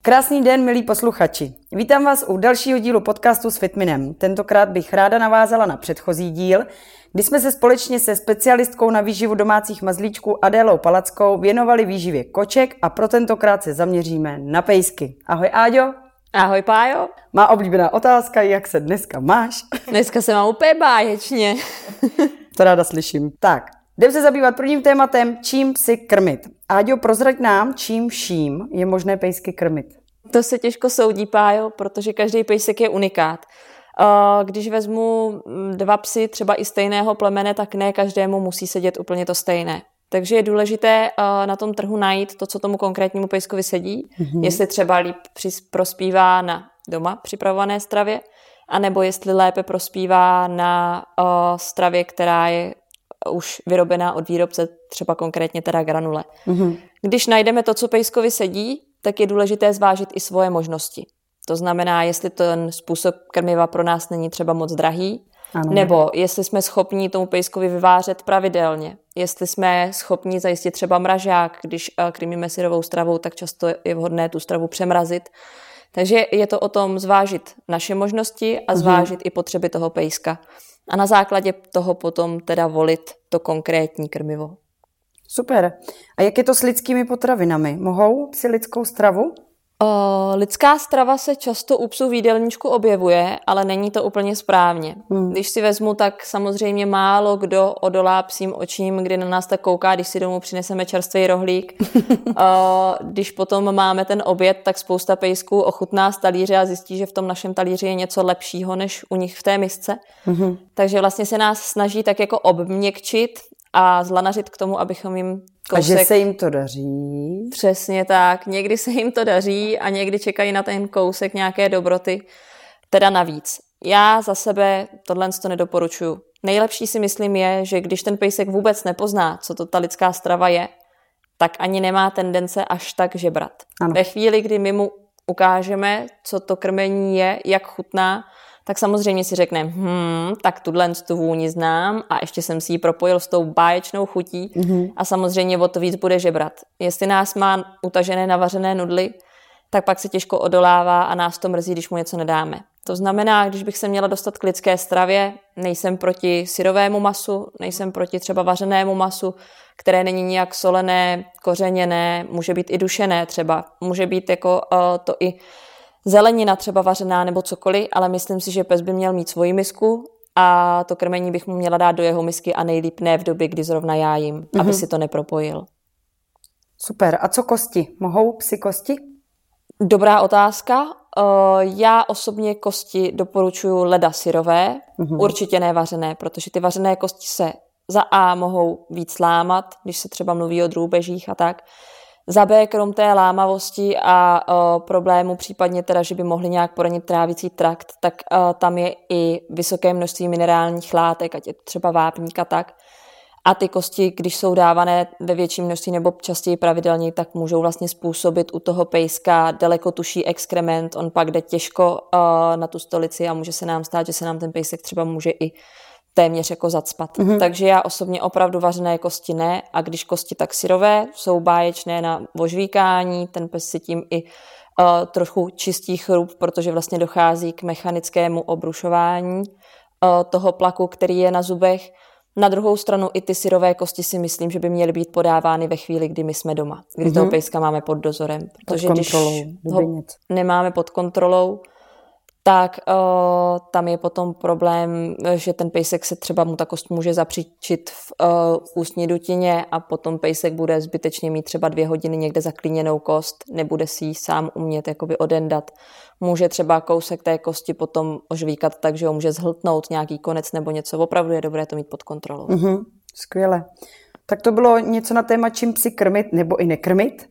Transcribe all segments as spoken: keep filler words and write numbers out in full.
Krásný den, milí posluchači. Vítám vás u dalšího dílu podcastu s Fitminem. Tentokrát bych ráda navázala na předchozí díl, kdy jsme se společně se specialistkou na výživu domácích mazlíčků Adélou Palackou věnovali výživě koček a pro tentokrát se zaměříme na pejsky. Ahoj Áďo. Ahoj Pájo. Má oblíbená otázka, jak se dneska máš? Dneska se mám úplně báječně. To ráda slyším. Tak, jdeme se zabývat prvním tématem, čím psy krmit. Áďo, prozrať nám, čím vším je možné pejsky krmit. To se těžko soudí, Pájo, protože každý pejsek je unikát. Když vezmu dva psy třeba i stejného plemene, tak ne každému musí sedět úplně to stejné. Takže je důležité na tom trhu najít to, co tomu konkrétnímu pejskovi sedí, mm-hmm. jestli třeba líp prospívá na doma připravované stravě, anebo jestli lépe prospívá na uh, stravě, která je už vyrobená od výrobce, třeba konkrétně teda granule. Mm-hmm. Když najdeme to, co pejskovi sedí, tak je důležité zvážit i svoje možnosti. To znamená, jestli ten způsob krmiva pro nás není třeba moc drahý, ano. Nebo jestli jsme schopni tomu pejskovi vyvářet pravidelně, jestli jsme schopni zajistit třeba mražák, když krmíme syrovou stravou, tak často je vhodné tu stravu přemrazit. Takže je to o tom zvážit naše možnosti a zvážit uhum. i potřeby toho pejska. A na základě toho potom teda volit to konkrétní krmivo. Super. A jak je to s lidskými potravinami? Mohou psi lidskou stravu? O, lidská strava se často u psů v jídelníčku objevuje, ale není to úplně správně. Hmm. Když si vezmu, tak samozřejmě málo kdo odolá psím očím, kdy na nás tak kouká, když si domů přineseme čerstvý rohlík. o, když potom máme ten oběd, tak spousta pejsků ochutná z talíře a zjistí, že v tom našem talíři je něco lepšího, než u nich v té misce. Hmm. Takže vlastně se nás snaží tak jako obměkčit a zlanařit k tomu, abychom jim kousek... A že se jim to daří. Přesně tak. Někdy se jim to daří a někdy čekají na ten kousek nějaké dobroty, teda navíc. Já za sebe tohle to nedoporučuju. Nejlepší si myslím je, že když ten pejsek vůbec nepozná, co to ta lidská strava je, tak ani nemá tendence až tak žebrat. Ano. Ve chvíli, kdy my mu ukážeme, co to krmení je, jak chutná, tak samozřejmě si řekne, hm, tak tuhle tu vůni znám a ještě jsem si ji propojil s tou báječnou chutí mm-hmm. a samozřejmě o to víc bude žebrat. Jestli nás má utažené navařené nudly, tak pak se těžko odolává a nás to mrzí, když mu něco nedáme. To znamená, když bych se měla dostat k lidské stravě, nejsem proti syrovému masu, nejsem proti třeba vařenému masu, které není nijak solené, kořeněné, může být i dušené třeba, může být jako uh, to i zelenina třeba vařená nebo cokoliv, ale myslím si, že pes by měl mít svoji misku a to krmení bych mu měla dát do jeho misky a nejlíp ne v době, kdy zrovna já jim, mm-hmm. aby si to nepropojil. Super. A co kosti? Mohou psi kosti? Dobrá otázka. Já osobně kosti doporučuji leda syrové, mm-hmm. určitě ne vařené, protože ty vařené kosti se za A mohou víc lámat, když se třeba mluví o drůbežích a tak. Za B, krom té lámavosti a o, problému případně teda, že by mohli nějak poranit trávicí trakt, tak o, tam je i vysoké množství minerálních látek, ať je to třeba vápník a tak. A ty kosti, když jsou dávané ve větším množství nebo častěji pravidelně, tak můžou vlastně způsobit u toho pejska daleko tuší exkrement. On pak jde těžko o, na tu stolici a může se nám stát, že se nám ten pejsek třeba může i téměř jako zacpat. Mm-hmm. Takže já osobně opravdu vařené kosti ne a když kosti tak syrové, jsou báječné na ožvíkání, ten pes si tím i uh, trochu čistí chrup, protože vlastně dochází k mechanickému obrušování uh, toho plaku, který je na zubech. Na druhou stranu i ty syrové kosti si myslím, že by měly být podávány ve chvíli, kdy my jsme doma, kdy mm-hmm. toho pejska máme pod dozorem. Protože pod kontrolou, když ho nemáme pod kontrolou, tak o, tam je potom problém, že ten pejsek se třeba mu ta kost může zapříčit v o, ústní dutině a potom pejsek bude zbytečně mít třeba dvě hodiny někde zaklíněnou kost, nebude si ji sám umět jakoby odendat. Může třeba kousek té kosti potom ožvíkat tak, že ho může zhltnout nějaký konec nebo něco. Opravdu je dobré to mít pod kontrolou. Mm-hmm, skvěle. Tak to bylo něco na téma, čím psi krmit nebo i nekrmit.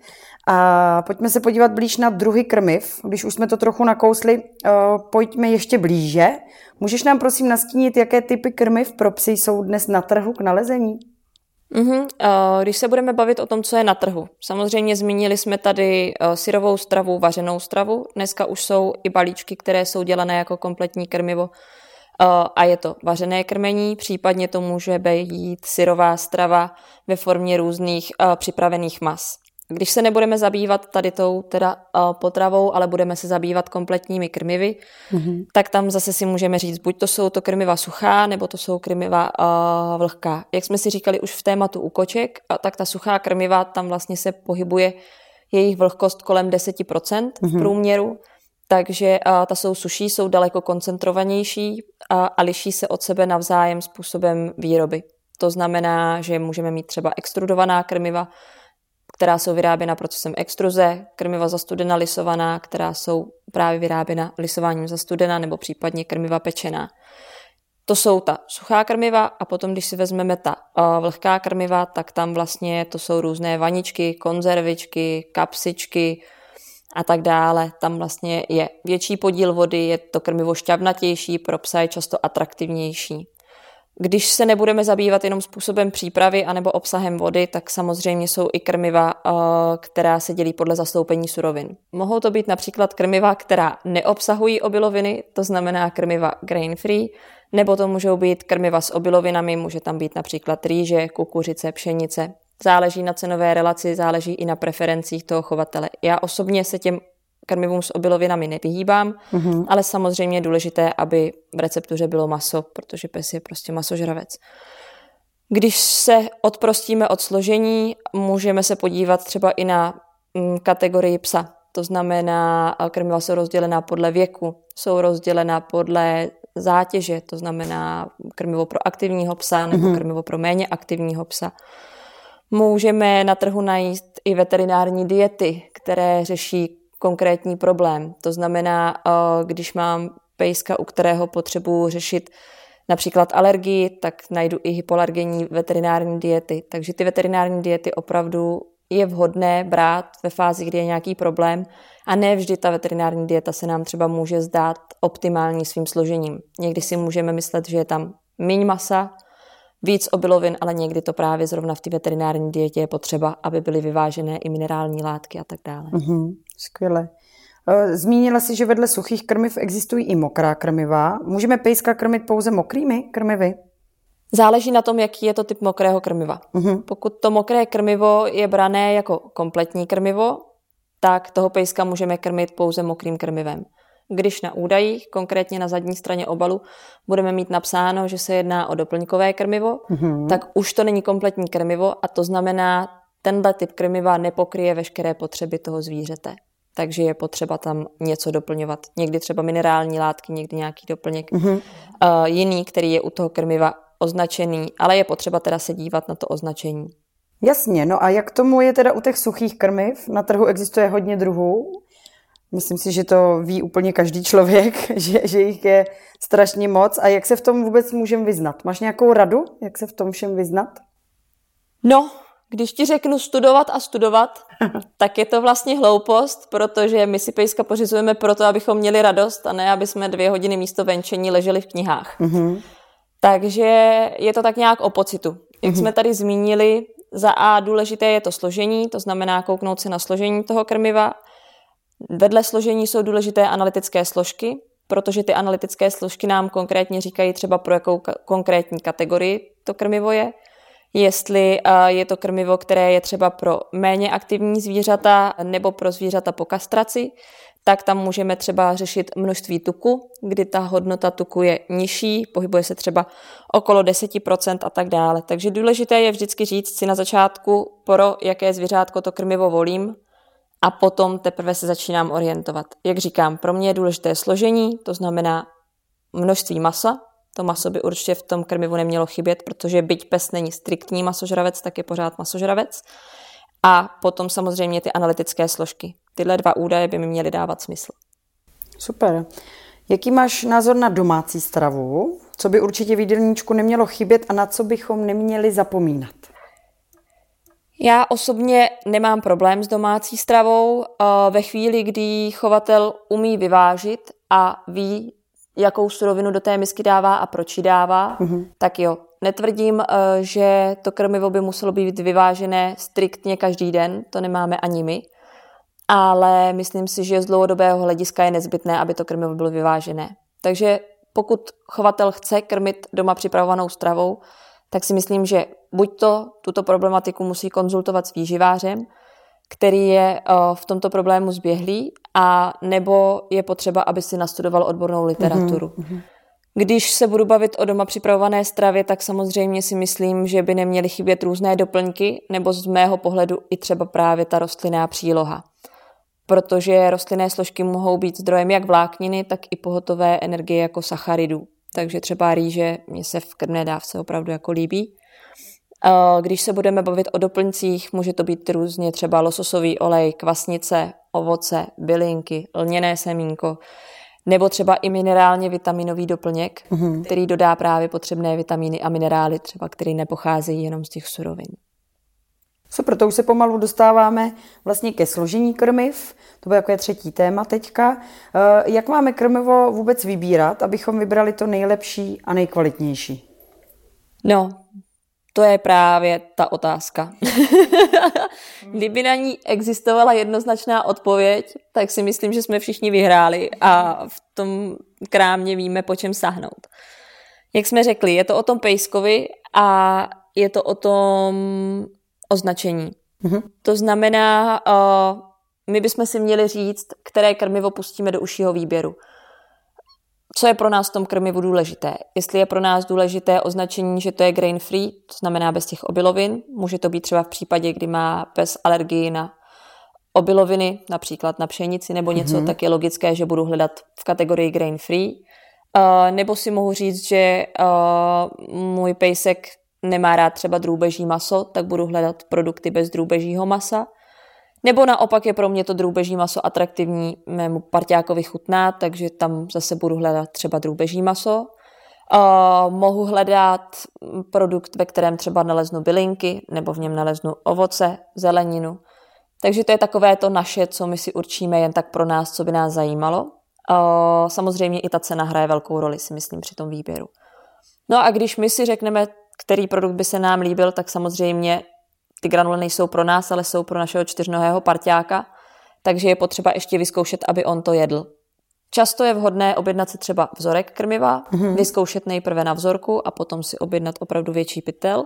A pojďme se podívat blíž na druhy krmiv. Když už jsme to trochu nakousli, uh, pojďme ještě blíže. Můžeš nám prosím nastínit, jaké typy krmiv pro psy jsou dnes na trhu k nalezení? Mm-hmm. Uh, když se budeme bavit o tom, co je na trhu. Samozřejmě zmínili jsme tady uh, syrovou stravu, vařenou stravu. Dneska už jsou i balíčky, které jsou dělané jako kompletní krmivo. Uh, a je to vařené krmení, případně to může být syrová strava ve formě různých uh, připravených mas. Když se nebudeme zabývat tady tou teda uh, potravou, ale budeme se zabývat kompletními krmivy, mm-hmm. tak tam zase si můžeme říct, buď to jsou to krmiva suchá, nebo to jsou krmiva uh, vlhká. Jak jsme si říkali už v tématu u koček, tak ta suchá krmiva, tam vlastně se pohybuje jejich vlhkost kolem deset procent mm-hmm. v průměru, takže uh, ta jsou suší, jsou daleko koncentrovanější a, a liší se od sebe navzájem způsobem výroby. To znamená, že můžeme mít třeba extrudovaná krmiva, která jsou vyráběna procesem extruze, krmiva zastudena lisovaná, která jsou právě vyráběna lisováním zastudena, nebo případně krmiva pečená. To jsou ta suchá krmiva a potom, když si vezmeme ta uh, vlhká krmiva, tak tam vlastně to jsou různé vaničky, konzervičky, kapsičky a tak dále. Tam vlastně je větší podíl vody, je to krmivo šťavnatější, pro psa je často atraktivnější. Když se nebudeme zabývat jenom způsobem přípravy anebo obsahem vody, tak samozřejmě jsou i krmiva, která se dělí podle zastoupení surovin. Mohou to být například krmiva, která neobsahují obiloviny, to znamená krmiva grain free, nebo to můžou být krmiva s obilovinami, může tam být například rýže, kukuřice, pšenice. Záleží na cenové relaci, záleží i na preferencích toho chovatele. Já osobně se těm krmivům s obilovinami nevyhýbám, mm-hmm. ale samozřejmě je důležité, aby v receptuře bylo maso, protože pes je prostě masožravec. Když se odprostíme od složení, můžeme se podívat třeba i na mm, kategorii psa. To znamená, krmiva jsou rozdělená podle věku, jsou rozdělená podle zátěže, to znamená krmivo pro aktivního psa nebo mm-hmm. krmivo pro méně aktivního psa. Můžeme na trhu najít i veterinární diety, které řeší konkrétní problém. To znamená, když mám pejska, u kterého potřebuji řešit například alergii, tak najdu i hypoalergenní veterinární diety. Takže ty veterinární diety opravdu je vhodné brát ve fázi, kdy je nějaký problém a ne vždy ta veterinární dieta se nám třeba může zdát optimální svým složením. Někdy si můžeme myslet, že je tam míň masa, víc obilovin, ale někdy to právě zrovna v té veterinární dietě je potřeba, aby byly vyvážené i minerální látky a tak dále. Mm-hmm, skvěle. Zmínila jsi, že vedle suchých krmiv existují i mokrá krmiva. Můžeme pejska krmit pouze mokrými krmivy? Záleží na tom, jaký je to typ mokrého krmiva. Mm-hmm. Pokud to mokré krmivo je brané jako kompletní krmivo, tak toho pejska můžeme krmit pouze mokrým krmivem. Když na údajích, konkrétně na zadní straně obalu, budeme mít napsáno, že se jedná o doplňkové krmivo, mm-hmm. tak už to není kompletní krmivo a to znamená, tenhle typ krmiva nepokryje veškeré potřeby toho zvířete. Takže je potřeba tam něco doplňovat. Někdy třeba minerální látky, někdy nějaký doplněk mm-hmm. uh, jiný, který je u toho krmiva označený, ale je potřeba teda se dívat na to označení. Jasně, no a jak tomu je teda u těch suchých krmiv? Na trhu existuje hodně druhů. Myslím si, že to ví úplně každý člověk, že, že jich je strašně moc. A jak se v tom vůbec můžeme vyznat? Máš nějakou radu, jak se v tom všem vyznat? No, když ti řeknu studovat a studovat, tak je to vlastně hloupost, protože my si pejska pořizujeme proto, abychom měli radost a ne, aby jsme dvě hodiny místo venčení leželi v knihách. Mm-hmm. Takže je to tak nějak o pocitu. Jak mm-hmm. jsme tady zmínili, za A důležité je to složení, to znamená kouknout se na složení toho krmiva. Vedle složení jsou důležité analytické složky, protože ty analytické složky nám konkrétně říkají třeba pro jakou ka- konkrétní kategorii to krmivo je. Jestli uh, je to krmivo, které je třeba pro méně aktivní zvířata nebo pro zvířata po kastraci, tak tam můžeme třeba řešit množství tuku, kdy ta hodnota tuku je nižší, pohybuje se třeba okolo deset procent a tak dále. Takže důležité je vždycky říct si na začátku, pro jaké zvířátko to krmivo volím, a potom teprve se začínám orientovat. Jak říkám, pro mě je důležité složení, to znamená množství masa. To maso by určitě v tom krmivu nemělo chybět, protože byť pes není striktní masožravec, tak je pořád masožravec. A potom samozřejmě ty analytické složky. Tyhle dva údaje by mi měly dávat smysl. Super. Jaký máš názor na domácí stravu? Co by určitě v jídelníčku nemělo chybět a na co bychom neměli zapomínat? Já osobně nemám problém s domácí stravou. Ve chvíli, kdy chovatel umí vyvážit a ví, jakou surovinu do té misky dává a proč ji dává, mm-hmm. tak jo. Netvrdím, že to krmivo by muselo být vyvážené striktně každý den, to nemáme ani my, ale myslím si, že z dlouhodobého hlediska je nezbytné, aby to krmivo bylo vyvážené. Takže pokud chovatel chce krmit doma připravovanou stravou, tak si myslím, že buď to tuto problematiku musí konzultovat s výživářem, který je v tomto problému zběhlý, a nebo je potřeba, aby si nastudoval odbornou literaturu. Mm-hmm. Když se budu bavit o doma připravované stravě, tak samozřejmě si myslím, že by neměly chybět různé doplňky, nebo z mého pohledu i třeba právě ta rostlinná příloha. Protože rostlinné složky mohou být zdrojem jak vlákniny, tak i pohotové energie jako sacharidů. Takže třeba rýže mě se v krmné dávce opravdu jako líbí. Když se budeme bavit o doplňcích, může to být různě třeba lososový olej, kvasnice, ovoce, bylinky, lněné semínko, nebo třeba i minerálně vitaminový doplněk, mm-hmm. který dodá právě potřebné vitamíny a minerály, třeba který nepocházejí jenom z těch surovin. Super, to už se pomalu dostáváme vlastně ke složení krmiv. To bude jako je třetí téma teďka. Jak máme krmivo vůbec vybírat, abychom vybrali to nejlepší a nejkvalitnější? No, to je právě ta otázka. Kdyby na ní existovala jednoznačná odpověď, tak si myslím, že jsme všichni vyhráli a v tom krámě víme, po čem sáhnout. Jak jsme řekli, je to o tom pejskovi a je to o tom označení. Mm-hmm. To znamená, uh, my bychom si měli říct, které krmivo pustíme do užšího výběru. Co je pro nás v tom krmivu důležité? Jestli je pro nás důležité označení, že to je grain free, to znamená bez těch obilovin, může to být třeba v případě, kdy má pes alergii na obiloviny, například na pšenici nebo něco, mm-hmm. tak je logické, že budu hledat v kategorii grain free. Uh, nebo si mohu říct, že uh, můj pejsek nemá rád třeba drůbeží maso, tak budu hledat produkty bez drůbežího masa. Nebo naopak je pro mě to drůbeží maso atraktivní, mému parťákovi chutná, takže tam zase budu hledat třeba drůbeží maso. Uh, mohu hledat produkt, ve kterém třeba naleznu bylinky, nebo v něm naleznu ovoce, zeleninu. Takže to je takové to naše, co my si určíme jen tak pro nás, co by nás zajímalo. Uh, samozřejmě i ta cena hraje velkou roli, si myslím, při tom výběru. No a když my si řekneme, který produkt by se nám líbil, tak samozřejmě ty granule nejsou pro nás, ale jsou pro našeho čtyřnohého parťáka, takže je potřeba ještě vyzkoušet, aby on to jedl. Často je vhodné objednat si třeba vzorek krmiva, mm-hmm. vyzkoušet nejprve na vzorku a potom si objednat opravdu větší pytel.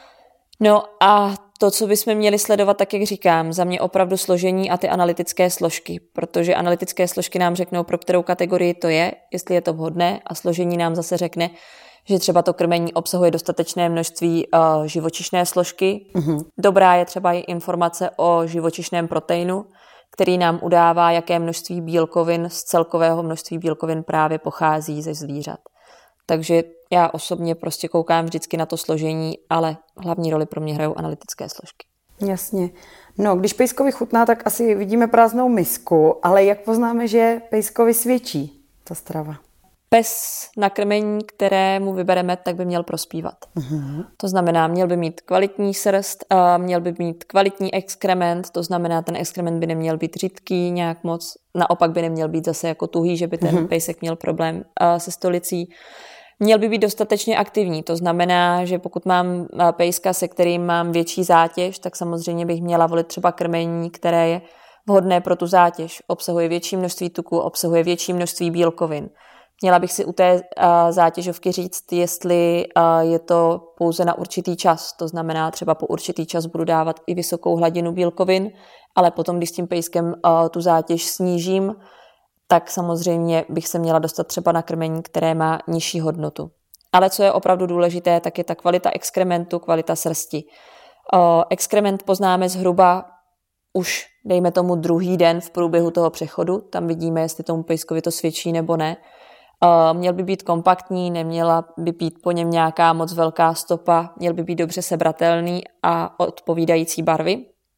No a to, co bychom měli sledovat, tak jak říkám, za mě opravdu složení a ty analytické složky, protože analytické složky nám řeknou, pro kterou kategorii to je, jestli je to vhodné, a složení nám zase řekne, že třeba to krmení obsahuje dostatečné množství uh, živočišné složky. Mm-hmm. Dobrá je třeba i informace o živočišném proteinu, který nám udává, jaké množství bílkovin z celkového množství bílkovin právě pochází ze zvířat. Takže já osobně prostě koukám vždycky na to složení, ale hlavní roli pro mě hrajou analytické složky. Jasně. No, když pejskovi chutná, tak asi vidíme prázdnou misku, ale jak poznáme, že pejskovi svědčí ta strava? Pes na krmení, které mu vybereme, tak by měl prospívat. Uh-huh. To znamená, měl by mít kvalitní srst, měl by mít kvalitní exkrement, to znamená, ten exkrement by neměl být řidký nějak moc, naopak by neměl být zase jako tuhý, že by ten uh-huh. pejsek měl problém se stolicí. Měl by být dostatečně aktivní, to znamená, že pokud mám pejska, se kterým mám větší zátěž, tak samozřejmě bych měla volit třeba krmení, které je vhodné pro tu zátěž. Obsahuje větší množství tuku, obsahuje větší množství bílkovin. Měla bych si u té uh, zátěžovky říct, jestli uh, je to pouze na určitý čas. To znamená, třeba po určitý čas budu dávat i vysokou hladinu bílkovin, ale potom, když s tím pejskem uh, tu zátěž snížím, tak samozřejmě bych se měla dostat třeba na krmení, které má nižší hodnotu. Ale co je opravdu důležité, tak je ta kvalita exkrementu, kvalita srsti. Uh, exkrement poznáme zhruba už, dejme tomu, druhý den v průběhu toho přechodu. Tam vidíme, jestli tomu pejskovi to svědčí nebo ne. Uh, měl by být kompaktní, neměla by být po něm nějaká moc velká stopa, měl by být dobře sebratelný a odpovídající barvy.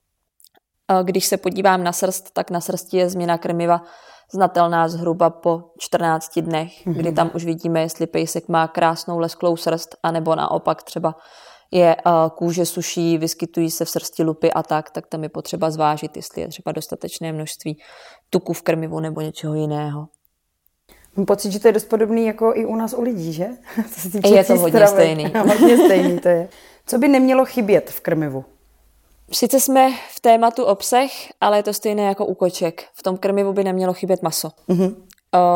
Uh, když se podívám na srst, tak na srsti je změna krmiva znatelná zhruba po čtrnácti dnech, mm-hmm. kdy tam už vidíme, jestli pejsek má krásnou lesklou srst, anebo naopak třeba je uh, kůže suší, vyskytují se v srsti lupy a tak, tak tam je potřeba zvážit, jestli je třeba dostatečné množství tuku v krmivu nebo něčeho jiného. Mám pocit, že to je dost podobný jako i u nás u lidí, že? Je to hodně stravy. stejný. hodně stejný to je. Co by nemělo chybět v krmivu? Sice jsme v tématu obsah, ale je to stejné jako u koček. V tom krmivu by nemělo chybět maso. Mm-hmm. Uh,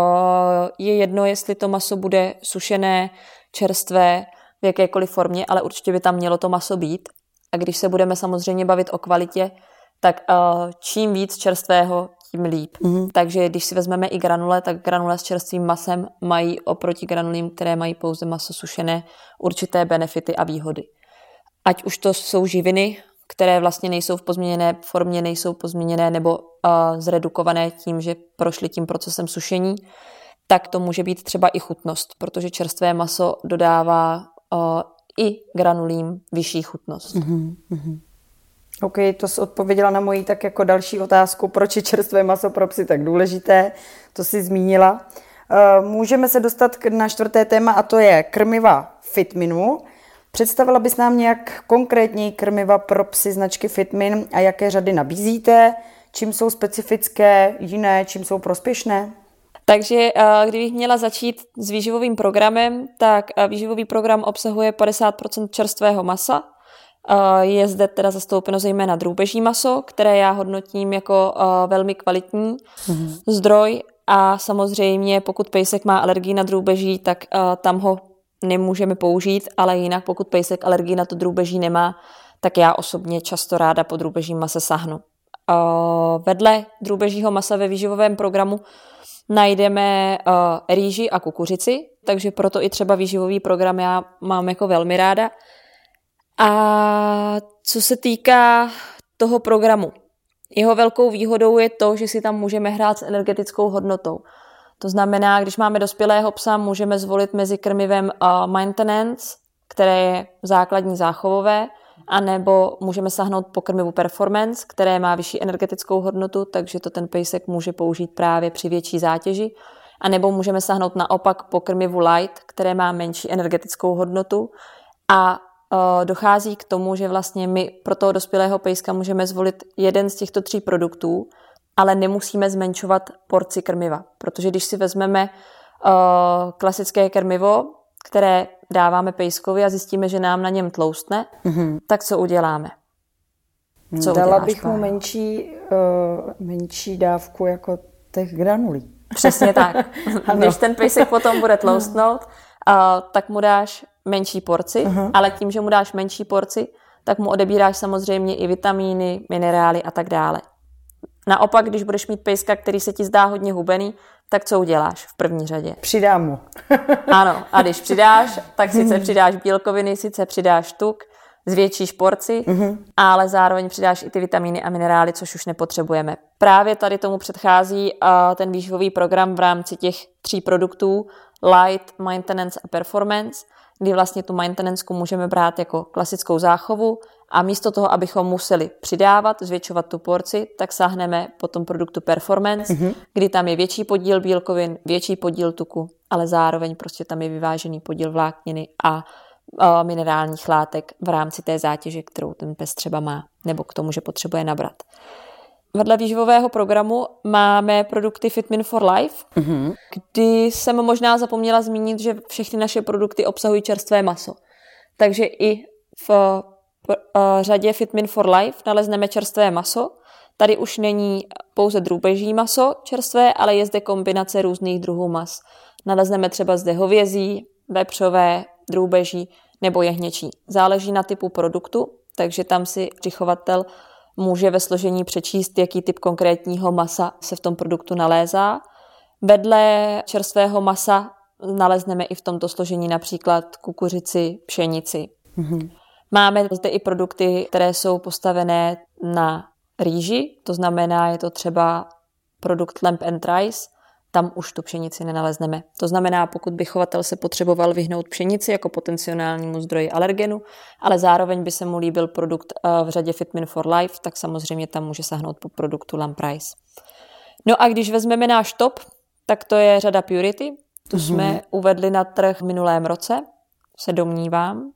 je jedno, jestli to maso bude sušené, čerstvé, v jakékoliv formě, ale určitě by tam mělo to maso být. A když se budeme samozřejmě bavit o kvalitě, tak uh, čím víc čerstvého, tím líp. Mm-hmm. Takže když si vezmeme i granule, tak granule s čerstvým masem mají oproti granulím, které mají pouze maso sušené, určité benefity a výhody. Ať už to jsou živiny, které vlastně nejsou v pozměněné formě, nejsou pozměněné nebo uh, zredukované tím, že prošly tím procesem sušení, tak to může být třeba i chutnost, protože čerstvé maso dodává uh, i granulím vyšší chutnost. Mm-hmm. OK, to jsi odpověděla na moji tak jako další otázku, proč je čerstvé maso pro psy tak důležité, to jsi zmínila. Můžeme se dostat na čtvrté téma a to je krmiva Fitminu. Představila bys nám nějak konkrétněji krmiva pro psy značky Fitmin a jaké řady nabízíte, čím jsou specifické, jiné, čím jsou prospěšné? Takže kdybych měla začít s výživovým programem, tak výživový program obsahuje padesát procent čerstvého masa. Je zde teda zastoupeno zejména drůbeží maso, které já hodnotím jako velmi kvalitní mm-hmm. zdroj a samozřejmě pokud pejsek má alergii na drůbeží, tak tam ho nemůžeme použít, ale jinak pokud pejsek alergii na to drůbeží nemá, tak já osobně často ráda po drůbežím mase sahnu. Vedle drůbežího masa ve výživovém programu najdeme rýži a kukuřici, takže proto i třeba výživový program já mám jako velmi ráda. A co se týká toho programu, jeho velkou výhodou je to, že si tam můžeme hrát s energetickou hodnotou. To znamená, když máme dospělého psa, můžeme zvolit mezi krmivem uh, maintenance, které je základní záchovové, anebo můžeme sáhnout po krmivu performance, které má vyšší energetickou hodnotu, takže to ten pejsek může použít právě při větší zátěži, anebo můžeme sáhnout naopak po krmivu light, které má menší energetickou hodnotu a dochází k tomu, že vlastně my pro toho dospělého pejska můžeme zvolit jeden z těchto tří produktů, ale nemusíme zmenšovat porci krmiva. Protože když si vezmeme uh, klasické krmivo, které dáváme pejskovi a zjistíme, že nám na něm tloustne, mm-hmm. tak co uděláme? Co Dala uděláš, bych mu menší, uh, menší dávku jako těch granulí. Přesně tak. Když ten pejsek potom bude tloustnout, uh, tak mu dáš menší porci, uh-huh. ale tím, že mu dáš menší porci, tak mu odebíráš samozřejmě i vitamíny, minerály a tak dále. Naopak, když budeš mít pejska, který se ti zdá hodně hubený, tak co uděláš v první řadě? Přidám mu. Ano, a když přidáš, tak sice přidáš bílkoviny, sice přidáš tuk, zvětšíš porci, uh-huh. ale zároveň přidáš i ty vitamíny a minerály, což už nepotřebujeme. Právě tady tomu předchází uh, ten výživový program v rámci těch tří produktů Light, Maintenance a Performance, kdy vlastně tu maintenanceku můžeme brát jako klasickou záchovu a místo toho, abychom museli přidávat, zvětšovat tu porci, tak sáhneme po tom produktu Performance, mm-hmm. kdy tam je větší podíl bílkovin, větší podíl tuku, ale zároveň prostě tam je vyvážený podíl vlákniny a a minerálních látek v rámci té zátěže, kterou ten pes třeba má, nebo k tomu, že potřebuje nabrat. Vedle výživového programu máme produkty Fitmin for Life, mm-hmm. kdy jsem možná zapomněla zmínit, že všechny naše produkty obsahují čerstvé maso. Takže i v řadě Fitmin for Life nalezneme čerstvé maso. Tady už není pouze drůbeží maso čerstvé, ale je zde kombinace různých druhů mas. Nalezneme třeba zde hovězí, vepřové, drůbeží nebo jehněčí. Záleží na typu produktu, takže tam si přichovatel může ve složení přečíst, jaký typ konkrétního masa se v tom produktu nalézá. Vedle čerstvého masa nalezneme i v tomto složení například kukuřici, pšenici. Mm-hmm. Máme zde i produkty, které jsou postavené na rýži, to znamená, je to třeba produkt Lamb and Rice, tam už tu pšenici nenalezneme. To znamená, pokud by chovatel se potřeboval vyhnout pšenici jako potenciálnímu zdroji alergenu, ale zároveň by se mu líbil produkt v řadě Fitmin for Life, tak samozřejmě tam může sáhnout po produktu Lamb Rice. No a když vezmeme náš top, tak to je řada Purity. Tu mm-hmm. jsme uvedli na trh v minulém roce, se domnívám.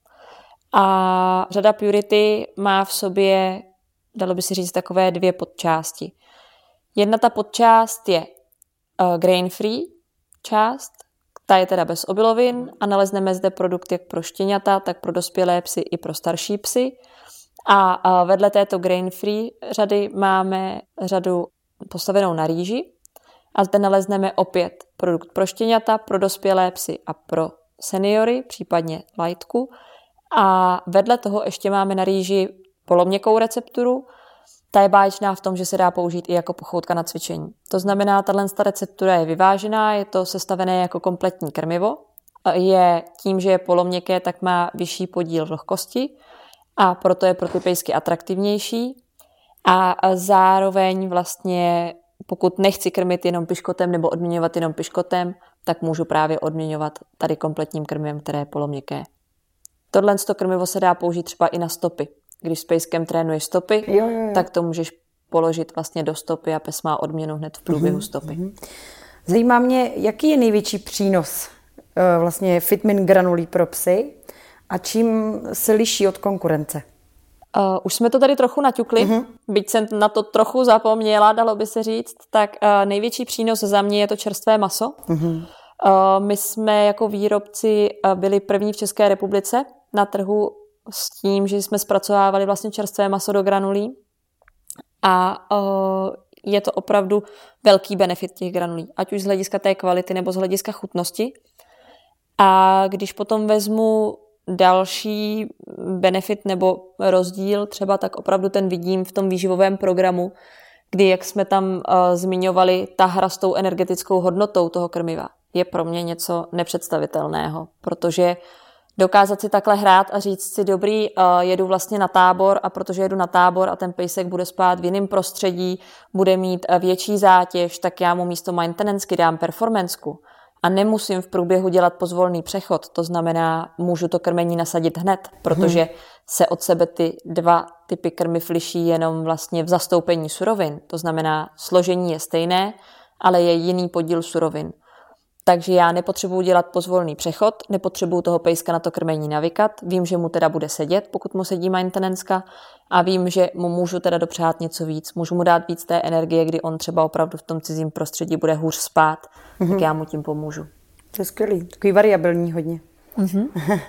A řada Purity má v sobě, dalo by si říct, takové dvě podčásti. Jedna ta podčást je uh, grain-free část, ta je teda bez obilovin a nalezneme zde produkt jak pro štěňata, tak pro dospělé psy i pro starší psy. A uh, vedle této grain-free řady máme řadu postavenou na rýži a zde nalezneme opět produkt pro štěňata, pro dospělé psy a pro seniory, případně lightku. A vedle toho ještě máme na rýži poloměkkou recepturu Ta je báječná v tom, že se dá použít i jako pochoutka na cvičení. To znamená, tato receptura je vyvážená, je to sestavené jako kompletní krmivo. Je tím, že je poloměkké, tak má vyšší podíl vlhkosti a proto je pro ty pejsky atraktivnější. A zároveň vlastně, pokud nechci krmit jenom piškotem nebo odměňovat jenom piškotem, tak můžu právě odměňovat tady kompletním krmivem, které je poloměkké. Tohle krmivo se dá použít třeba i na stopy. Když s pejskem trénuješ stopy, jo, jo, jo. tak to můžeš položit vlastně do stopy a pes má odměnu hned v průběhu mm-hmm. stopy. Zajímá mě, jaký je největší přínos uh, vlastně Fitmin granulí pro psy a čím se liší od konkurence? Uh, už jsme to tady trochu naťukli, mm-hmm. byť jsem na to trochu zapomněla, dalo by se říct, tak uh, největší přínos za mě je to čerstvé maso. Mm-hmm. Uh, my jsme jako výrobci uh, byli první v České republice na trhu s tím, že jsme zpracovávali vlastně čerstvé maso do granulí a uh, je to opravdu velký benefit těch granulí, ať už z hlediska té kvality nebo z hlediska chutnosti. A když potom vezmu další benefit nebo rozdíl třeba, tak opravdu ten vidím v tom výživovém programu, kdy, jak jsme tam uh, zmiňovali, ta hra s tou energetickou hodnotou toho krmiva je pro mě něco nepředstavitelného, protože dokázat si takhle hrát a říct si, dobrý, uh, jedu vlastně na tábor a protože jedu na tábor a ten pejsek bude spát v jiném prostředí, bude mít uh, větší zátěž, tak já mu místo maintenanceky dám performanceku a nemusím v průběhu dělat pozvolný přechod. To znamená, můžu to krmení nasadit hned, protože hmm. se od sebe ty dva typy krmiv liší jenom vlastně v zastoupení surovin. To znamená, složení je stejné, ale je jiný podíl surovin. Takže já nepotřebuji dělat pozvolný přechod, nepotřebuji toho pejska na to krmení navykat, vím, že mu teda bude sedět, pokud mu sedí maintenanceka a vím, že mu můžu teda dopřát něco víc, můžu mu dát víc té energie, kdy on třeba opravdu v tom cizím prostředí bude hůř spát, mm-hmm. tak já mu tím pomůžu. To je skvělý, takový variabilní hodně. Mm-hmm.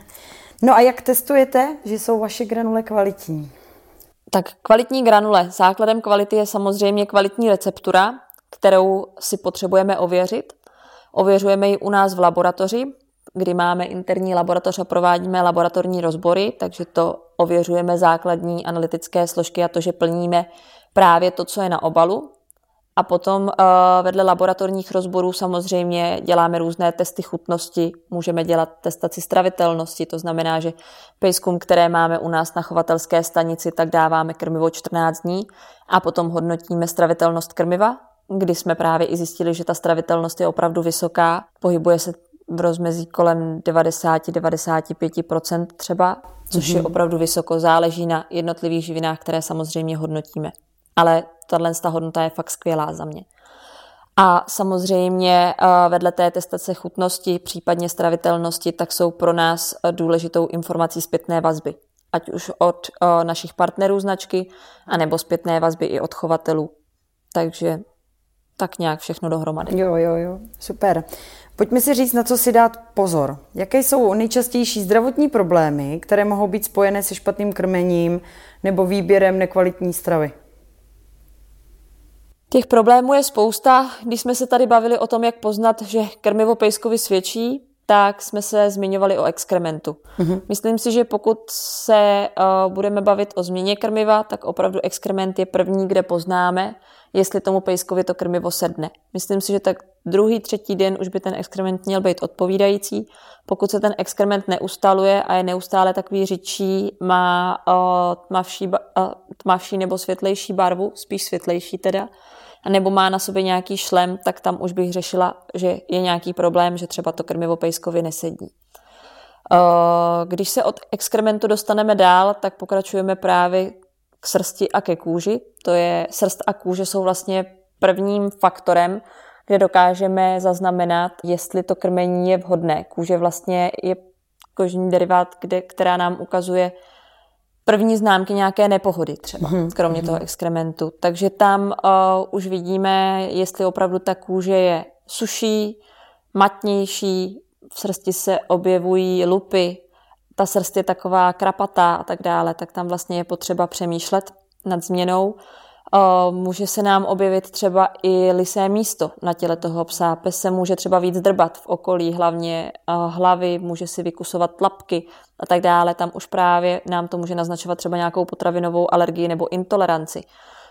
No a jak testujete, že jsou vaše granule kvalitní? Tak kvalitní granule, základem kvality je samozřejmě kvalitní receptura, kterou si potřebujeme ověřit. Ověřujeme ji u nás v laboratoři, kdy máme interní laboratoř a provádíme laboratorní rozbory, takže to ověřujeme základní analytické složky a to, že plníme právě to, co je na obalu. A potom uh, vedle laboratorních rozborů samozřejmě děláme různé testy chutnosti, můžeme dělat testaci stravitelnosti, to znamená, že pejskům, které máme u nás na chovatelské stanici, tak dáváme krmivo čtrnáct dní a potom hodnotíme stravitelnost krmiva, kdy jsme právě i zjistili, že ta stravitelnost je opravdu vysoká, pohybuje se v rozmezí kolem devadesát až devadesát pět procent třeba, což mm-hmm. je opravdu vysoko, záleží na jednotlivých živinách, které samozřejmě hodnotíme. Ale tato hodnota je fakt skvělá za mě. A samozřejmě vedle té testace chutnosti, případně stravitelnosti, tak jsou pro nás důležitou informací zpětné vazby. Ať už od našich partnerů značky, anebo zpětné vazby i od chovatelů. Takže tak nějak všechno dohromady. Jo, jo, jo, super. Pojďme si říct, na co si dát pozor. Jaké jsou nejčastější zdravotní problémy, které mohou být spojené se špatným krmením nebo výběrem nekvalitní stravy? Těch problémů je spousta. Když jsme se tady bavili o tom, jak poznat, že krmivo pejskovi svědčí, tak jsme se zmiňovali o exkrementu. Mm-hmm. Myslím si, že pokud se uh, budeme bavit o změně krmiva, tak opravdu exkrement je první, kde poznáme, jestli tomu pejskovi to krmivo sedne. Myslím si, že tak druhý, třetí den už by ten exkrement měl být odpovídající. Pokud se ten exkrement neustaluje a je neustále takový řidčí, má uh, tmavší, uh, tmavší nebo světlejší barvu, spíš světlejší teda, nebo má na sobě nějaký šlem, tak tam už bych řešila, že je nějaký problém, že třeba to krmivo pejskovi nesedí. Když se od exkrementu dostaneme dál, tak pokračujeme právě k srsti a ke kůži. To je, srst a kůže jsou vlastně prvním faktorem, kde dokážeme zaznamenat, jestli to krmení je vhodné. Kůže vlastně je kožní derivát, kde, která nám ukazuje první známky nějaké nepohody třeba, kromě toho exkrementu. Takže tam uh, už vidíme, jestli opravdu ta kůže je suší, matnější, v srsti se objevují lupy, ta srst je taková krapatá a tak dále, tak tam vlastně je potřeba přemýšlet nad změnou. Uh, může se nám objevit třeba i lysé místo na těle toho psa. Pes se může třeba víc drbat v okolí, hlavně uh, hlavy, může si vykusovat tlapky a tak dále. Tam už právě nám to může naznačovat třeba nějakou potravinovou alergii nebo intoleranci.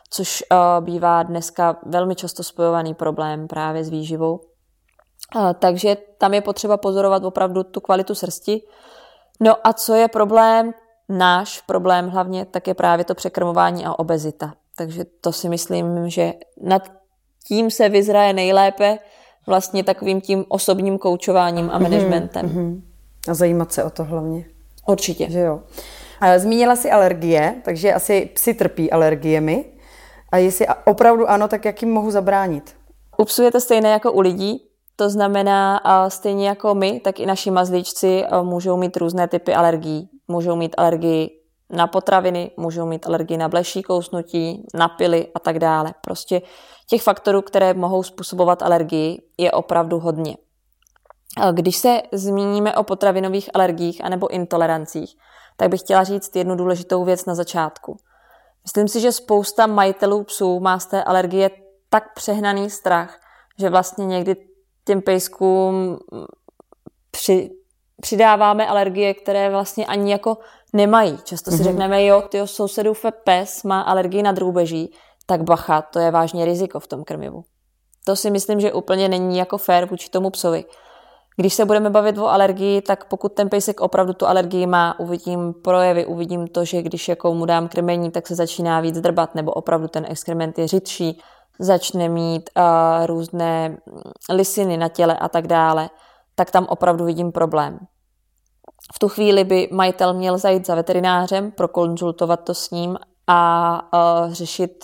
což uh, bývá dneska velmi často spojovaný problém právě s výživou. Uh, takže tam je potřeba pozorovat opravdu tu kvalitu srsti. No a co je problém, náš problém hlavně, tak je právě to překrmování a obezita. Takže to si myslím, že nad tím se vyzraje nejlépe vlastně takovým tím osobním koučováním a managementem. Mm-hmm. A zajímat se o to hlavně. Určitě. Že jo. A zmínila jsi alergie, takže asi psi trpí alergiemi. A jestli opravdu ano, tak jak jim mohu zabránit? U psů je to stejné jako u lidí. To znamená, stejně jako my, tak i naši mazlíčci můžou mít různé typy alergií. Můžou mít alergii na potraviny, můžou mít alergii na bleší kousnutí, na pily a tak dále. Prostě těch faktorů, které mohou způsobovat alergii, je opravdu hodně. Když se zmíníme o potravinových alergiích anebo intolerancích, tak bych chtěla říct jednu důležitou věc na začátku. Myslím si, že spousta majitelů psů má z té alergie tak přehnaný strach, že vlastně někdy těm pejskům při, přidáváme alergie, které vlastně ani jako nemají. Často si mm-hmm. řekneme, jo, tyjo, sousedův pes má alergii na drůbeží, tak bacha, to je vážně riziko v tom krmivu. To si myslím, že úplně není jako fér vůči tomu psovi. Když se budeme bavit o alergii, tak pokud ten pejsek opravdu tu alergii má, uvidím projevy, uvidím to, že když jako mu dám krmení, tak se začíná víc drbat, nebo opravdu ten exkrement je řidší, začne mít uh, různé lisiny na těle a tak dále, tak tam opravdu vidím problém. V tu chvíli by majitel měl zajít za veterinářem, prokonzultovat to s ním a uh, řešit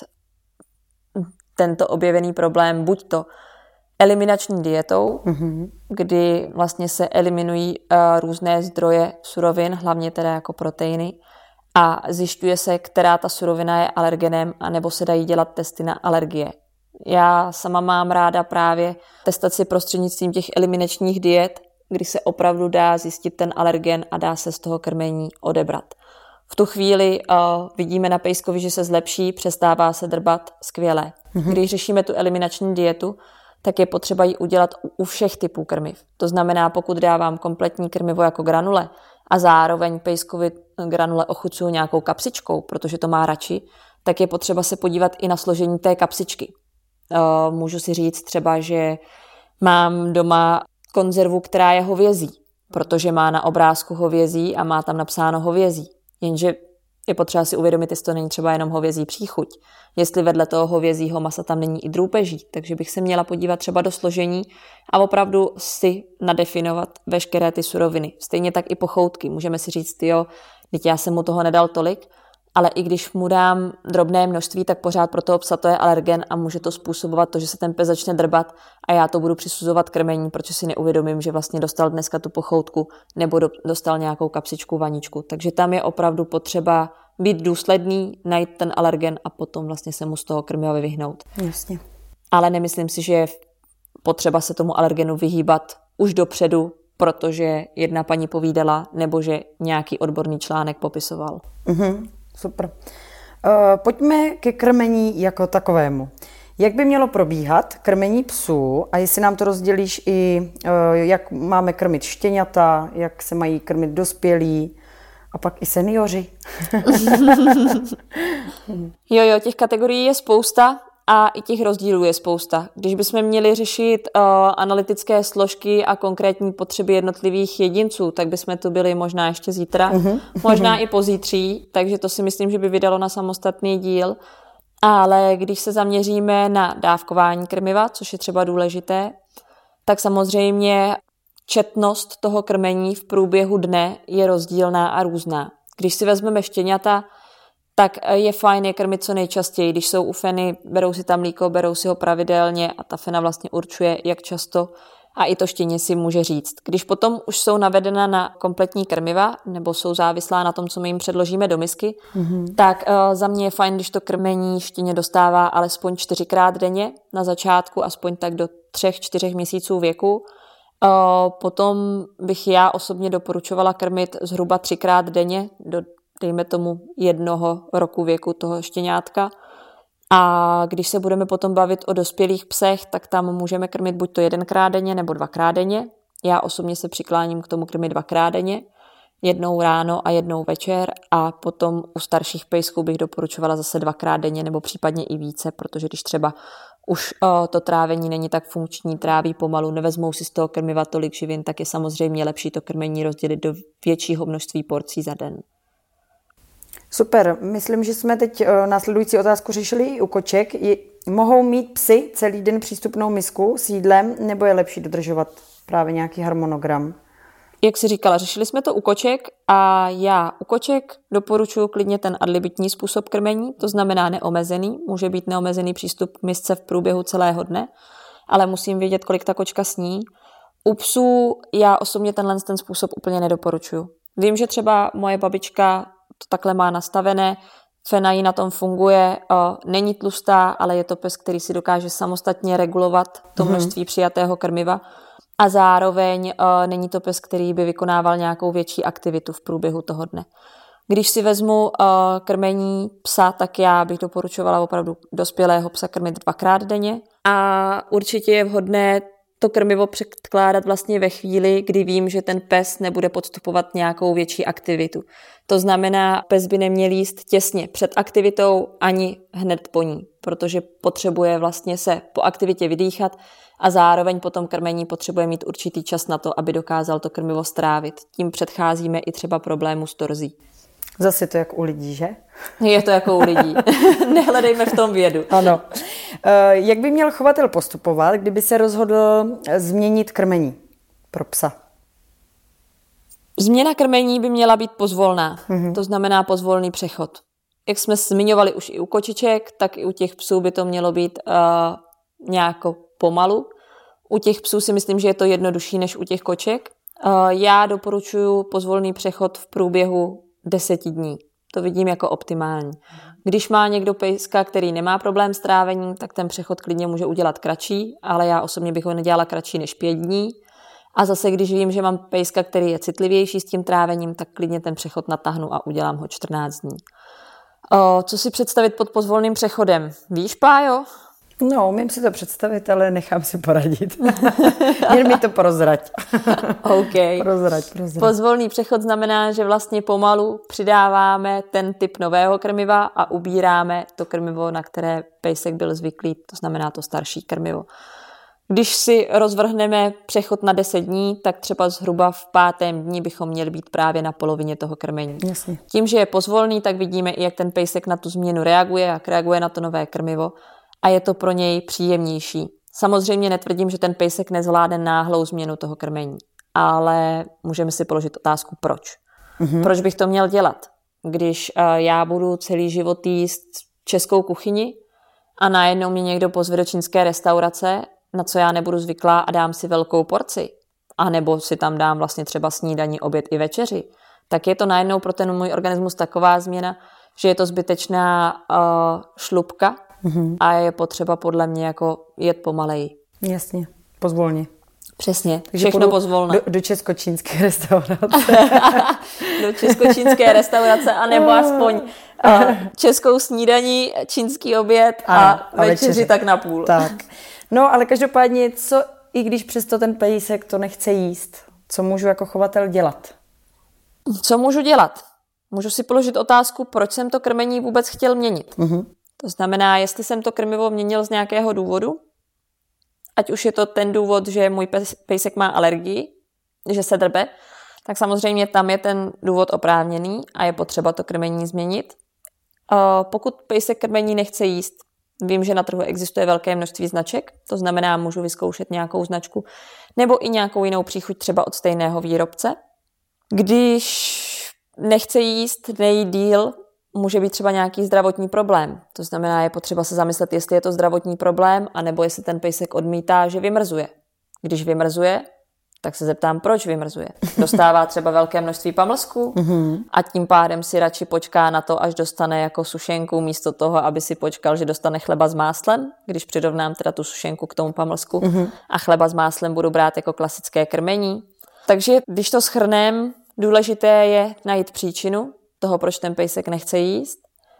tento objevený problém buď to eliminační dietou, mm-hmm. kdy vlastně se eliminují uh, různé zdroje surovin, hlavně teda jako proteiny, a zjišťuje se, která ta surovina je alergenem, anebo se dají dělat testy na alergie. Já sama mám ráda právě testaci prostřednictvím těch eliminačních diet, kdy se opravdu dá zjistit ten alergen a dá se z toho krmení odebrat. V tu chvíli uh, vidíme na pejskovi, že se zlepší, přestává se drbat, skvěle. Mm-hmm. Když řešíme tu eliminační dietu, tak je potřeba ji udělat u všech typů krmiv. To znamená, pokud dávám kompletní krmivo jako granule a zároveň pejskovi granule ochucuju nějakou kapsičkou, protože to má radši, tak je potřeba se podívat i na složení té kapsičky. Uh, můžu si říct třeba, že mám doma konzervu, která je hovězí, protože má na obrázku hovězí a má tam napsáno hovězí. Jenže je potřeba si uvědomit, jestli to není třeba jenom hovězí příchuť. Jestli vedle toho hovězího masa tam není i drůbeží, takže bych se měla podívat třeba do složení a opravdu si nadefinovat veškeré ty suroviny. Stejně tak i pochoutky. Můžeme si říct, jo, teď já jsem mu toho nedal tolik, ale i když mu dám drobné množství, tak pořád pro toho psa to je alergen a může to způsobovat to, že se ten pes začne drbat a já to budu přisuzovat krmení, protože si neuvědomím, že vlastně dostal dneska tu pochoutku nebo do, dostal nějakou kapsičku, vaničku. Takže tam je opravdu potřeba být důsledný, najít ten alergen a potom vlastně se mu z toho krmiva vyhnout. Jasně. Ale nemyslím si, že je potřeba se tomu alergenu vyhýbat už dopředu, protože jedna paní povídala nebo že nějaký odborný článek popisoval. Mhm. Super. Uh, pojďme ke krmení jako takovému. Jak by mělo probíhat krmení psů a jestli nám to rozdělíš i, uh, jak máme krmit štěňata, jak se mají krmit dospělí a pak i seniori. jo, jo, těch kategorií je spousta a i těch rozdílů je spousta. Když bychom měli řešit uh, analytické složky a konkrétní potřeby jednotlivých jedinců, tak bychom tu byli možná ještě zítra, uh-huh. možná i pozítří, takže to si myslím, že by vydalo na samostatný díl. Ale když se zaměříme na dávkování krmiva, což je třeba důležité, tak samozřejmě četnost toho krmení v průběhu dne je rozdílná a různá. Když si vezmeme štěňata, tak je fajn je krmit co nejčastěji. Když jsou u feny, berou si tam mlíko, berou si ho pravidelně a ta fena vlastně určuje, jak často a i to štěně si může říct. Když potom už jsou navedena na kompletní krmiva nebo jsou závislá na tom, co my jim předložíme do misky, mm-hmm. tak uh, za mě je fajn, když to krmení štěně dostává alespoň čtyřikrát denně na začátku, aspoň tak do třech, čtyřech měsíců věku. Uh, potom bych já osobně doporučovala krmit zhruba třikrát denně do dejme tomu jednoho roku věku toho štěňátka. A když se budeme potom bavit o dospělých psech, tak tam můžeme krmit buď to jedenkrát denně nebo dvakrát denně. Já osobně se přikláním k tomu krmit dvakrát denně. jednou ráno a jednou večer a potom u starších pejsků bych doporučovala zase dvakrát denně nebo případně i více, protože když třeba už o, to trávení není tak funkční, tráví pomalu, nevezmou si z toho krmiva tolik živin, tak je samozřejmě lepší to krmení rozdělit do většího množství porcí za den. Super, myslím, že jsme teď o, následující otázku řešili i u koček. Je, mohou mít psy celý den přístupnou misku s jídlem, nebo je lepší dodržovat právě nějaký harmonogram? Jak jsi říkala, řešili jsme to u koček a já u koček doporučuji klidně ten adlibitní způsob krmení, to znamená neomezený, může být neomezený přístup k misce v průběhu celého dne, ale musím vědět, kolik ta kočka sní. U psů já osobně tenhle ten způsob úplně nedoporučuji. Vím, že třeba moje babička to takhle má nastavené, Fena jí na tom funguje, o, není tlustá, ale je to pes, který si dokáže samostatně regulovat to množství hmm. přijatého krmiva. A zároveň uh, není to pes, který by vykonával nějakou větší aktivitu v průběhu toho dne. Když si vezmu uh, krmení psa, tak já bych doporučovala opravdu dospělého psa krmit dvakrát denně. A určitě je vhodné to krmivo předkládat vlastně ve chvíli, kdy vím, že ten pes nebude podstupovat nějakou větší aktivitu. To znamená, pes by neměl jíst těsně před aktivitou ani hned po ní, protože potřebuje vlastně se po aktivitě vydýchat a zároveň po tom krmení potřebuje mít určitý čas na to, aby dokázal to krmivo strávit. Tím předcházíme i třeba problému s torzí. Zase to jak u lidí, že? Je to jako u lidí. Nehledejme v tom vědu. Ano. Jak by měl chovatel postupovat, kdyby se rozhodl změnit krmení pro psa? Změna krmení by měla být pozvolná. Mm-hmm. To znamená pozvolný přechod. Jak jsme zmiňovali už i u kočiček, tak i u těch psů by to mělo být uh, nějako pomalu. U těch psů si myslím, že je to jednodušší než u těch koček. Uh, já doporučuji pozvolný přechod v průběhu deseti dní. To vidím jako optimální. Když má někdo pejska, který nemá problém s trávením, tak ten přechod klidně může udělat kratší, ale já osobně bych ho nedělala kratší než pět dní. A zase, když vím, že mám pejska, který je citlivější s tím trávením, tak klidně ten přechod natáhnu a udělám ho čtrnáct dní. O, co si představit pod pozvolným přechodem? Víš, Pájo? No, umím si to představit, ale nechám si poradit. Jen mi to prozrať. OK. Prozrať, prozrať. Pozvolný přechod znamená, že vlastně pomalu přidáváme ten typ nového krmiva a ubíráme to krmivo, na které pejsek byl zvyklý, to znamená to starší krmivo. Když si rozvrhneme přechod na deset dní, tak třeba zhruba v pátém dní bychom měli být právě na polovině toho krmení. Jasně. Tím, že je pozvolný, tak vidíme i, jak ten pejsek na tu změnu reaguje, jak reaguje na to nové krmivo a je to pro něj příjemnější. Samozřejmě netvrdím, že ten pejsek nezvládne náhlou změnu toho krmení, ale můžeme si položit otázku, proč. Mm-hmm. Proč bych to měl dělat, když uh, já budu celý život jíst českou kuchyni a najednou mě někdo pozve do čínské restaurace, na co já nebudu zvyklá a dám si velkou porci, a nebo si tam dám vlastně třeba snídani, oběd i večeři, tak je to najednou pro ten můj organismus taková změna, že je to zbytečná uh, šlupka mm-hmm. a je potřeba podle mě jako jet pomaleji. Jasně, pozvolně. Přesně, všechno pozvolné. Do, do česko-čínské restaurace. do česko-čínské restaurace, anebo aspoň uh, českou snídaní, čínský oběd a, a, a večeři, večeři tak na půl. Tak. No, ale každopádně, co, i když přesto ten pejsek to nechce jíst, co můžu jako chovatel dělat? Co můžu dělat? Můžu si položit otázku, proč jsem to krmení vůbec chtěl měnit. Mm-hmm. To znamená, jestli jsem to krmivo měnil z nějakého důvodu, ať už je to ten důvod, že můj pejsek má alergii, že se drbe, tak samozřejmě tam je ten důvod oprávněný a je potřeba to krmení změnit. Pokud pejsek krmení nechce jíst, vím, že na trhu existuje velké množství značek, to znamená, můžu vyzkoušet nějakou značku nebo i nějakou jinou příchuť třeba od stejného výrobce. Když nechce jíst, nejí díl, může být třeba nějaký zdravotní problém. To znamená, je potřeba se zamyslet, jestli je to zdravotní problém, anebo jestli ten pejsek odmítá, že vymrzuje. Když vymrzuje, tak se zeptám, proč vymrzuje. Dostává třeba velké množství pamlsků a tím pádem si radši počká na to, až dostane jako sušenku, místo toho, aby si počkal, že dostane chleba s máslem, když přirovnám teda tu sušenku k tomu pamlsku a chleba s máslem budu brát jako klasické krmení. Takže když to shrnem, důležité je najít příčinu toho, proč ten pejsek nechce jíst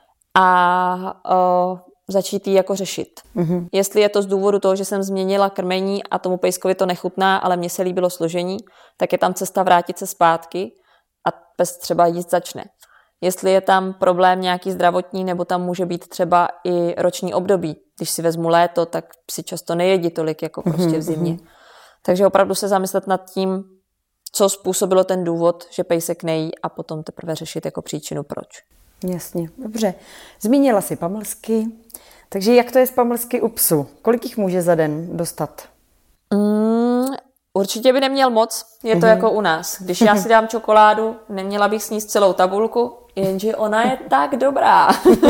a o, začít jí jako řešit. Mm-hmm. Jestli je to z důvodu toho, že jsem změnila krmení a tomu pejskovi to nechutná, ale mně se líbilo složení, tak je tam cesta vrátit se zpátky a pes třeba jíst začne. Jestli je tam problém nějaký zdravotní, nebo tam může být třeba i roční období. Když si vezmu léto, tak si často nejedí tolik jako prostě v zimě. Takže opravdu se zamyslet nad tím, co způsobilo ten důvod, že pejsek nejí a potom teprve řešit jako příčinu proč. Jasně, dobře. Zmínila si pamlsky, takže jak to je s pamlsky u psu? Kolik jich může za den dostat? Mm, určitě by neměl moc, je to mm-hmm. jako u nás. Když já si dám čokoládu, neměla bych sníst celou tabulku, jenže ona je tak dobrá.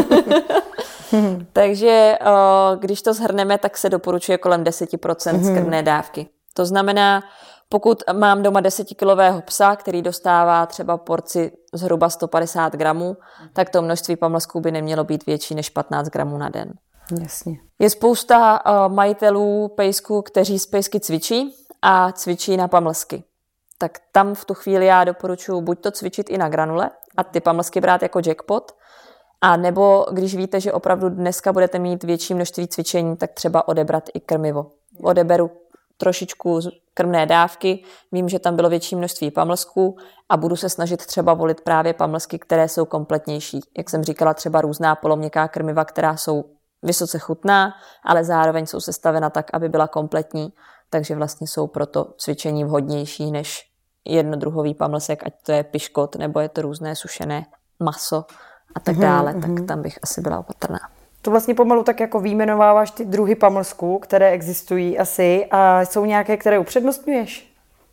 Takže když to shrneme, tak se doporučuje kolem deset procent z krmné dávky. To znamená, pokud mám doma desetikilového psa, který dostává třeba porci zhruba sto padesát gramů, tak to množství pamlsků by nemělo být větší než patnáct gramů na den. Jasně. Je spousta uh, majitelů pejsků, kteří s pejsky cvičí a cvičí na pamlsky. Tak tam v tu chvíli já doporučuji buď to cvičit i na granule a ty pamlsky brát jako jackpot, a nebo když víte, že opravdu dneska budete mít větší množství cvičení, tak třeba odebrat i krmivo. Odeberu trošičku krmné dávky, vím, že tam bylo větší množství pamlsků a budu se snažit třeba volit právě pamlsky, které jsou kompletnější. Jak jsem říkala, třeba různá poloměkká krmiva, která jsou vysoce chutná, ale zároveň jsou sestavena tak, aby byla kompletní, takže vlastně jsou pro to cvičení vhodnější než jednodruhový pamlsek, ať to je piškot, nebo je to různé sušené maso a tak dále, mm-hmm. tak tam bych asi byla opatrná. To vlastně pomalu tak jako vyjmenováváš ty druhy pamlsků, které existují asi, a jsou nějaké, které upřednostňuješ?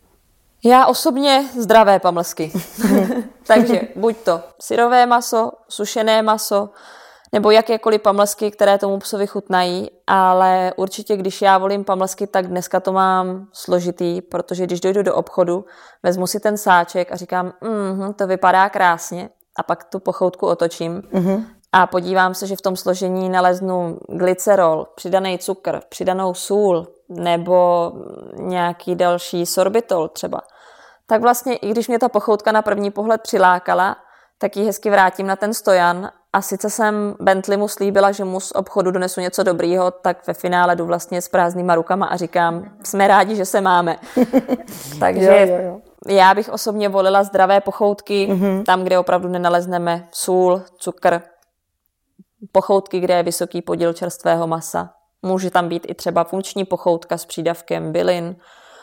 Já osobně zdravé pamlsky. Takže buď to syrové maso, sušené maso, nebo jakékoliv pamlsky, které tomu psovi chutnají, ale určitě, když já volím pamlsky, tak dneska to mám složitý, protože když dojdu do obchodu, vezmu si ten sáček a říkám, mm, to vypadá krásně, a pak tu pochoutku otočím mm-hmm. a podívám se, že v tom složení naleznu glycerol, přidaný cukr, přidanou sůl nebo nějaký další sorbitol třeba. Tak vlastně, i když mě ta pochoutka na první pohled přilákala, tak ji hezky vrátím na ten stojan a sice jsem Bentleymu slíbila, že mu z obchodu donesu něco dobrýho, tak ve finále jdu vlastně s prázdnýma rukama a říkám, jsme rádi, že se máme. Takže jo, jo, jo. Já bych osobně volila zdravé pochoutky, mm-hmm. tam, kde opravdu nenalezneme sůl, cukr, pochoutky, kde je vysoký podíl čerstvého masa. Může tam být i třeba funkční pochoutka s přídavkem bylin.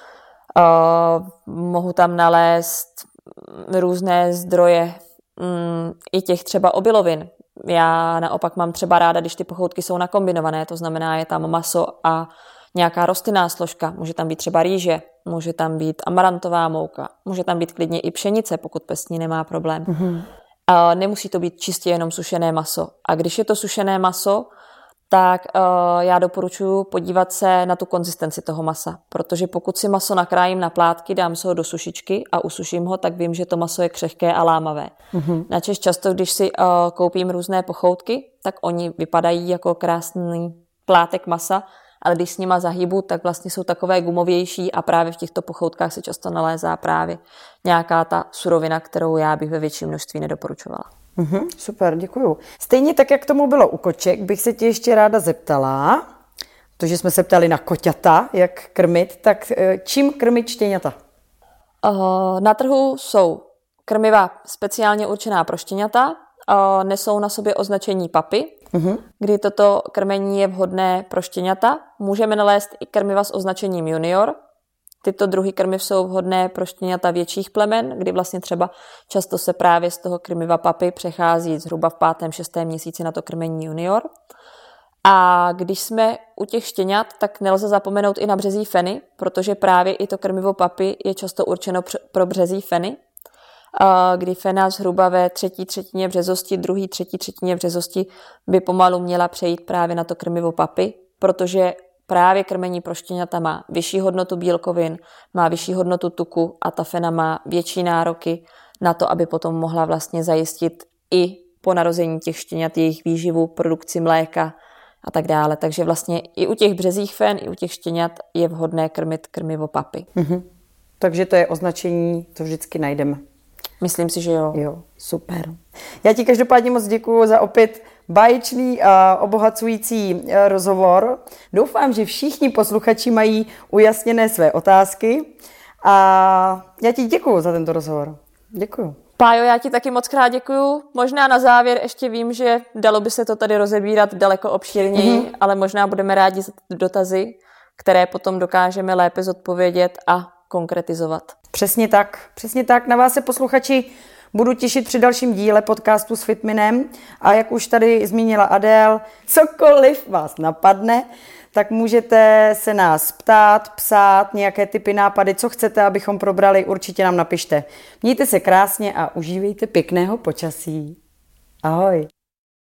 Uh, mohu tam nalézt různé zdroje mm, i těch třeba obilovin. Já naopak mám třeba ráda, když ty pochoutky jsou nakombinované, to znamená, je tam maso a nějaká rostlinná složka. Může tam být třeba rýže, může tam být amarantová mouka, může tam být klidně i pšenice, pokud pes s ní nemá problém. Mm-hmm. A nemusí to být čistě jenom sušené maso. A když je to sušené maso, tak uh, já doporučuji podívat se na tu konzistenci toho masa, protože pokud si maso nakrájím na plátky, dám se ho do sušičky a usuším ho, tak vím, že to maso je křehké a lámavé. Mm-hmm. Načež často, když si uh, koupím různé pochoutky, tak oni vypadají jako krásný plátek masa, ale když s nima zahybu, tak vlastně jsou takové gumovější a právě v těchto pochoutkách se často nalézá právě nějaká ta surovina, kterou já bych ve větším množství nedoporučovala. Mm-hmm, super, děkuju. Stejně tak, jak tomu bylo u koček, bych se tě ještě ráda zeptala, protože jsme se ptali na koťata, jak krmit, tak čím krmit štěňata? Uh, na trhu jsou krmiva speciálně určená pro štěňata, uh, nesou na sobě označení papy, mm-hmm. kdy toto krmení je vhodné pro štěňata. Můžeme nalézt i krmiva s označením junior. Tyto druhy krmiv jsou vhodné pro štěňata větších plemen, kdy vlastně třeba často se právě z toho krmiva papy přechází zhruba v pátém, šestém měsíci na to krmení junior. A když jsme u těch štěňat, tak nelze zapomenout i na březí feny, protože právě i to krmivo papy je často určeno pro březí feny, kdy fena zhruba ve třetí třetině březosti, druhý třetí třetině březosti by pomalu měla přejít právě na to krmivo papy, protože právě krmení pro štěňata má vyšší hodnotu bílkovin, má vyšší hodnotu tuku a ta fena má větší nároky na to, aby potom mohla vlastně zajistit i po narození těch štěňat jejich výživu, produkci mléka a tak dále. Takže vlastně i u těch březích fen, i u těch štěňat je vhodné krmit krmivo papy. Mm-hmm. Takže to je označení, to vždycky najdeme. Myslím si, že jo. Jo, super. Já ti každopádně moc děkuju za opět báječný a obohacující rozhovor. Doufám, že všichni posluchači mají ujasněné své otázky a já ti děkuju za tento rozhovor. Děkuju. Pájo, já ti taky moc krát děkuju. Možná na závěr ještě vím, že dalo by se to tady rozebírat daleko obšírněji, mm-hmm. ale možná budeme rádi za dotazy, které potom dokážeme lépe zodpovědět a konkretizovat. Přesně tak, přesně tak. Na vás se, posluchači, budu těšit při dalším díle podcastu s Fitminem a jak už tady zmínila Adél, cokoliv vás napadne, tak můžete se nás ptát, psát, nějaké tipy, nápady, co chcete, abychom probrali, určitě nám napište. Mějte se krásně a užívejte pěkného počasí. Ahoj.